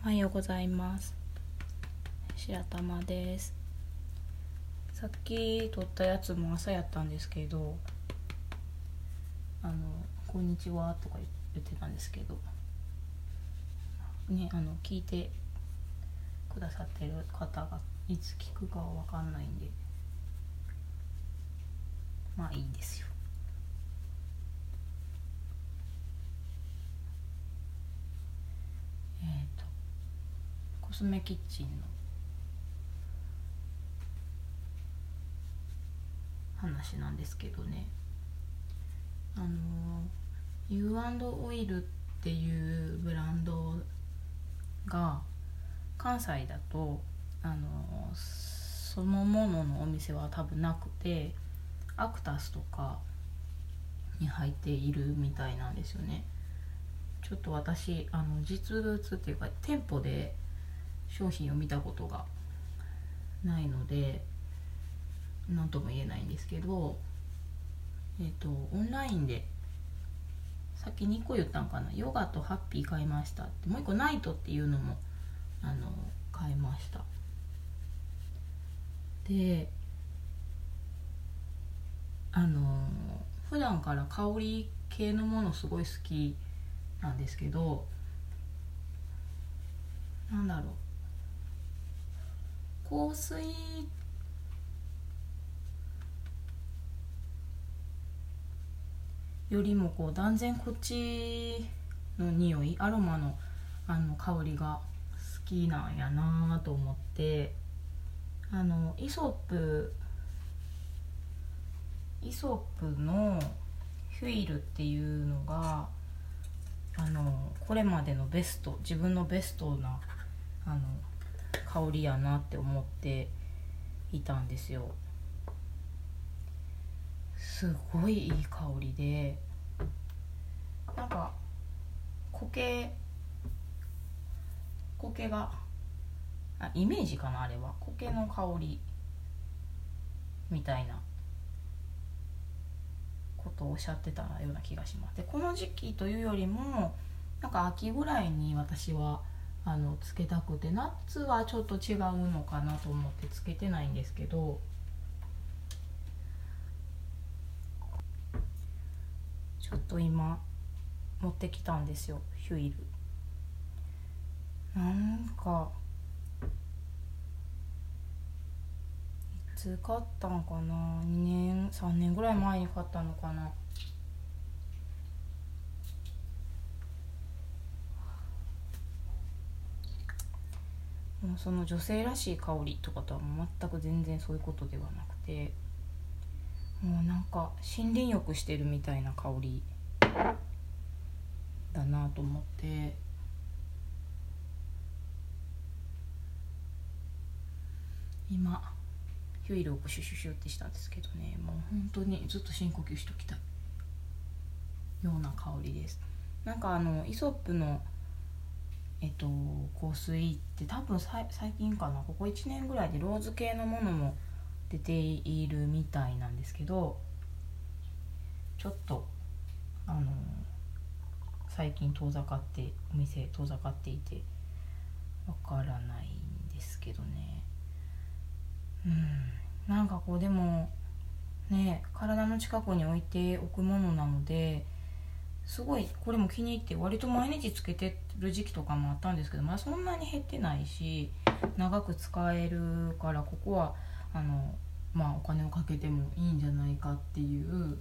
おはようございます。白玉です。さっき撮ったやつも朝やったんですけど、こんにちはとか言ってたんですけどね、聞いてくださってる方がいつ聞くかは分かんないんで、まあいいんですよ。コスメキッチンの話なんですけどね、U&OIL っていうブランドが関西だとそのもののお店は多分なくて、アクタスとかに入っているみたいなんですよね。ちょっと私実物っていうか店舗で商品を見たことがないので何とも言えないんですけど、オンラインでさっき2個言ったんかな、ヨガとハッピー買いましたって、もう1個ナイトっていうのも買いました。で普段から香り系のものすごい好きなんですけど、なんだろう、香水よりも断然こっちの匂い、アロマの香りが好きなんやなと思って、イソップのフィールっていうのがこれまでの自分のベストな香りやなって思っていたんですよ。すごいいい香りで、なんか苔がイメージかな、あれは苔の香りみたいなことをおっしゃってたような気がします。でこの時期というよりもなんか秋ぐらいに私はつけたくて、夏はちょっと違うのかなと思ってつけてないんですけど、ちょっと今持ってきたんですよ、ヒュイル。なんかいつ買ったんかな、2年3年ぐらい前に買ったのかな。もうその女性らしい香りとかとは全く全然そういうことではなくて、もうなんか森林浴してるみたいな香りだなと思って、今ヒュイルをシュシュシュってしたんですけどね、もう本当にずっと深呼吸しときたいような香りです。なんかイソップの香水って多分最近かな、ここ1年ぐらいでローズ系のものも出ているみたいなんですけど、ちょっと最近お店遠ざかっていてわからないんですけどね。なんかでもね、体の近くに置いておくものなので、すごいこれも気に入って割と毎日つけてる時期とかもあったんですけど、まあそんなに減ってないし長く使えるから、ここはお金をかけてもいいんじゃないかっていう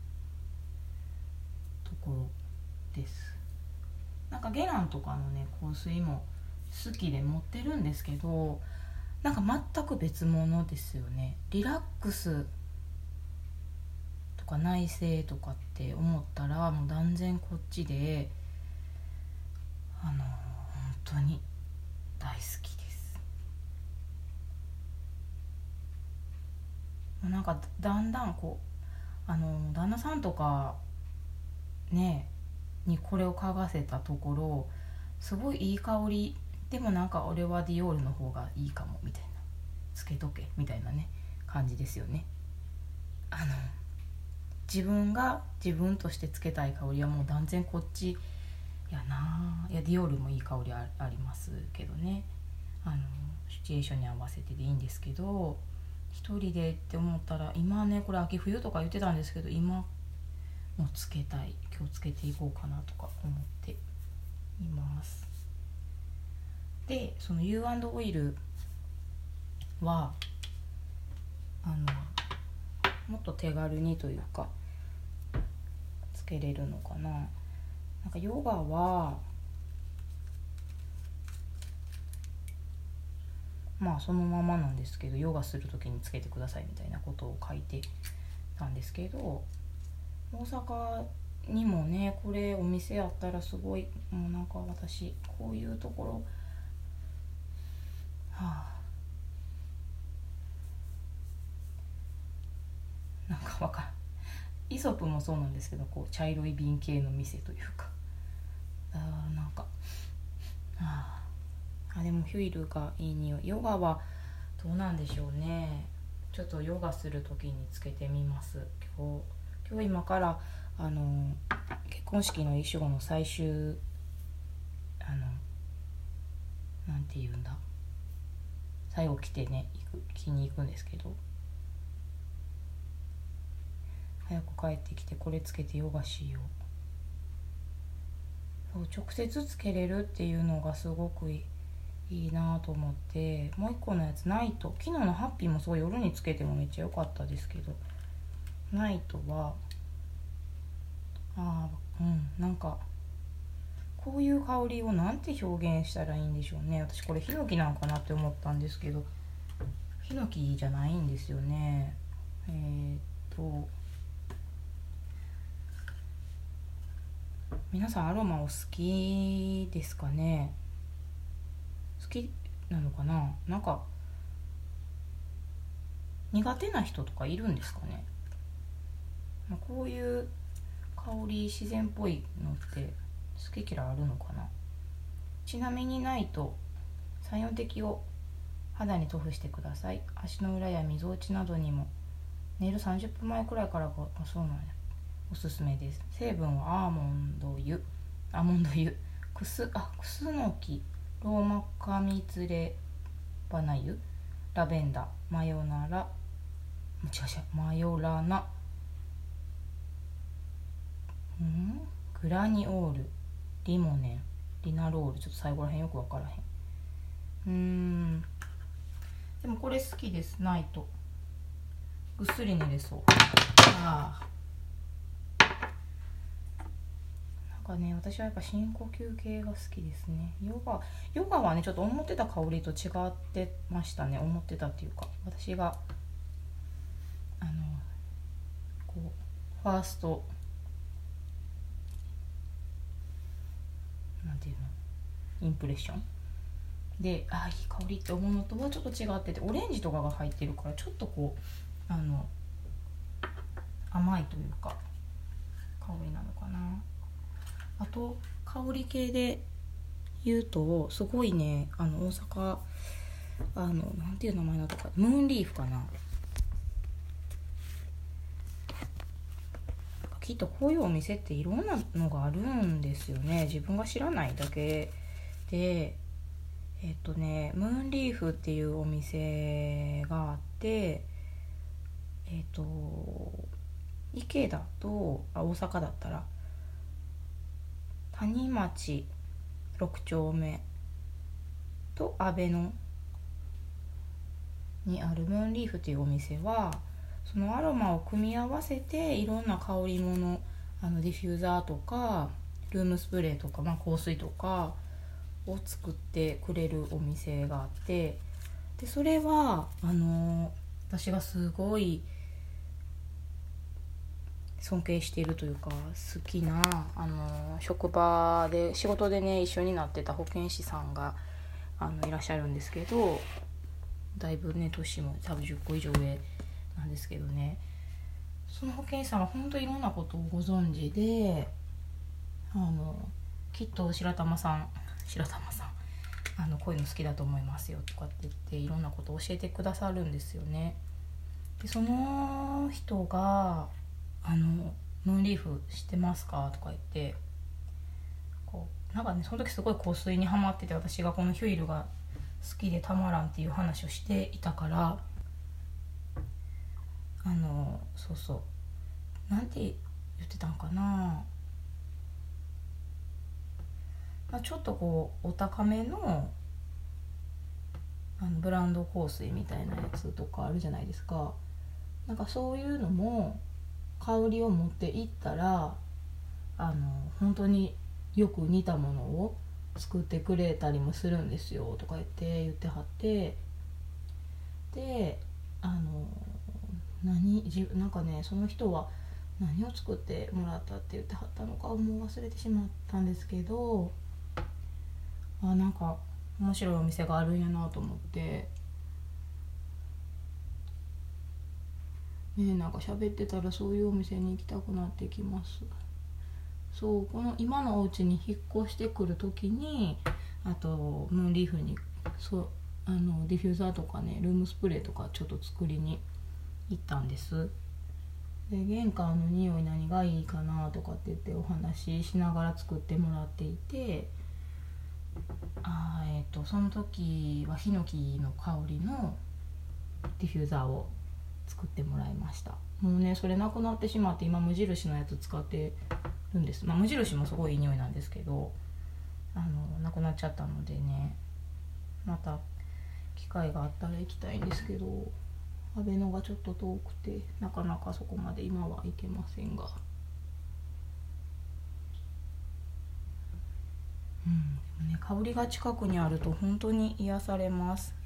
ところです。なんかゲランとかのね香水も好きで持ってるんですけど、なんか全く別物ですよね。リラックスとか内省とかって思ったらもう断然こっちで本当に大好きです。なんかだんだん旦那さんとかねにこれを嗅がせたところ、すごいいい香りでもなんか俺はディオールの方がいいかもみたいな、つけとけみたいなね感じですよね。自分が自分としてつけたい香りはもう断然こっちやな。いやディオールもいい香り ありますけどね、シチュエーションに合わせてでいいんですけど、一人でって思ったら今ね、これ秋冬とか言ってたんですけど、今もつけたい、今日つけていこうかなとか思っています。でその U&OIL はもっと手軽にというかつけれるのかな。なんかヨガはまあそのままなんですけど、ヨガする時につけてくださいみたいなことを書いてたんですけど、大阪にもねこれお店やったらすごい、もうなんか私こういうところなんかわかんイソップもそうなんですけど、こう茶色い瓶系の店というか、なんかでもヒュイルがいい匂い。ヨガはどうなんでしょうね。ちょっとヨガする時につけてみます。今日今から結婚式の衣装の最終なんて言うんだ、最後着てね着に行くんですけど、早く帰ってきてこれつけてヨガしよう。そう直接つけれるっていうのがすごくいいなと思って、もう一個のやつナイト、昨日のハッピーもそう夜につけてもめっちゃ良かったですけど、ナイトはなんかこういう香りをなんて表現したらいいんでしょうね。私これヒノキなんかなって思ったんですけど、ヒノキじゃないんですよね。皆さんアロマお好きですかね。好きなのかな。なんか苦手な人とかいるんですかね。こういう香り自然っぽいのって好き嫌いあるのかな。ちなみにないと 3,4 滴を肌に塗布してください。足の裏やみぞおちなどにも寝る30分前くらいからがそうなんやおすすめです。成分はアーモンド油、クスノキ、ローマカミツレバナ油、ラベンダー、マヨラナ、グラニオール、リモネン、リナロール、ちょっと最後らへんよく分からへん。でもこれ好きです。ないとぐっすり寝れそう。なんかね、私はやっぱ深呼吸系が好きですね。ヨガはねちょっと思ってた香りと違ってましたね。思ってたっていうか、私がこうファーストなんていうのインプレッションでいい香りって思うのとはちょっと違ってて、オレンジとかが入ってるからちょっとこう甘いというか香りなのかな。あと香り系で言うとすごいね、大阪なんていう名前のとか、ムーンリーフかな。きっとこういうお店っていろんなのがあるんですよね。自分が知らないだけで、ムーンリーフっていうお店があって、池田と大阪だったら谷町6丁目と阿部野にあるムーンリーフっていうお店は、そのアロマを組み合わせていろんな香りもの、ディフューザーとかルームスプレーとか、香水とかを作ってくれるお店があって、でそれは私がすごい尊敬しているというか好きな職場で仕事でね一緒になってた保健師さんがいらっしゃるんですけど、だいぶね年も多分10個以上上なんですけどね、その保健師さんは本当にいろんなことをご存知で、きっと白玉さんこういうの好きだと思いますよとかって言っていろんなことを教えてくださるんですよね。でその人がムーンリーフ知ってますかとか言ってこなんかねその時すごい香水にハマってて、私がこのヒュイルが好きでたまらんっていう話をしていたから、そうそうなんて言ってたんかな、ちょっとこうお高めのブランド香水みたいなやつとかあるじゃないですか。なんかそういうのも香りを持っていったら本当によく似たものを作ってくれたりもするんですよとか言ってはって、でなんかねその人は何を作ってもらったって言ってはったのかもう忘れてしまったんですけど、なんか面白いお店があるんやなと思って、なんか喋ってたらそういうお店に行きたくなってきます。そう、この今のお家に引っ越してくる時に、あとムーンリーフにディフューザーとかねルームスプレーとかちょっと作りに行ったんです。で玄関の匂い何がいいかなとかって言ってお話ししながら作ってもらっていて、その時はヒノキの香りのディフューザーを作ってもらいました。もうねそれなくなってしまって今無印のやつ使ってるんです。無印もすごいいい匂いなんですけどなくなっちゃったのでね、また機会があったら行きたいんですけど、阿部野がちょっと遠くてなかなかそこまで今は行けませんが、でもね香りが近くにあると本当に癒されます。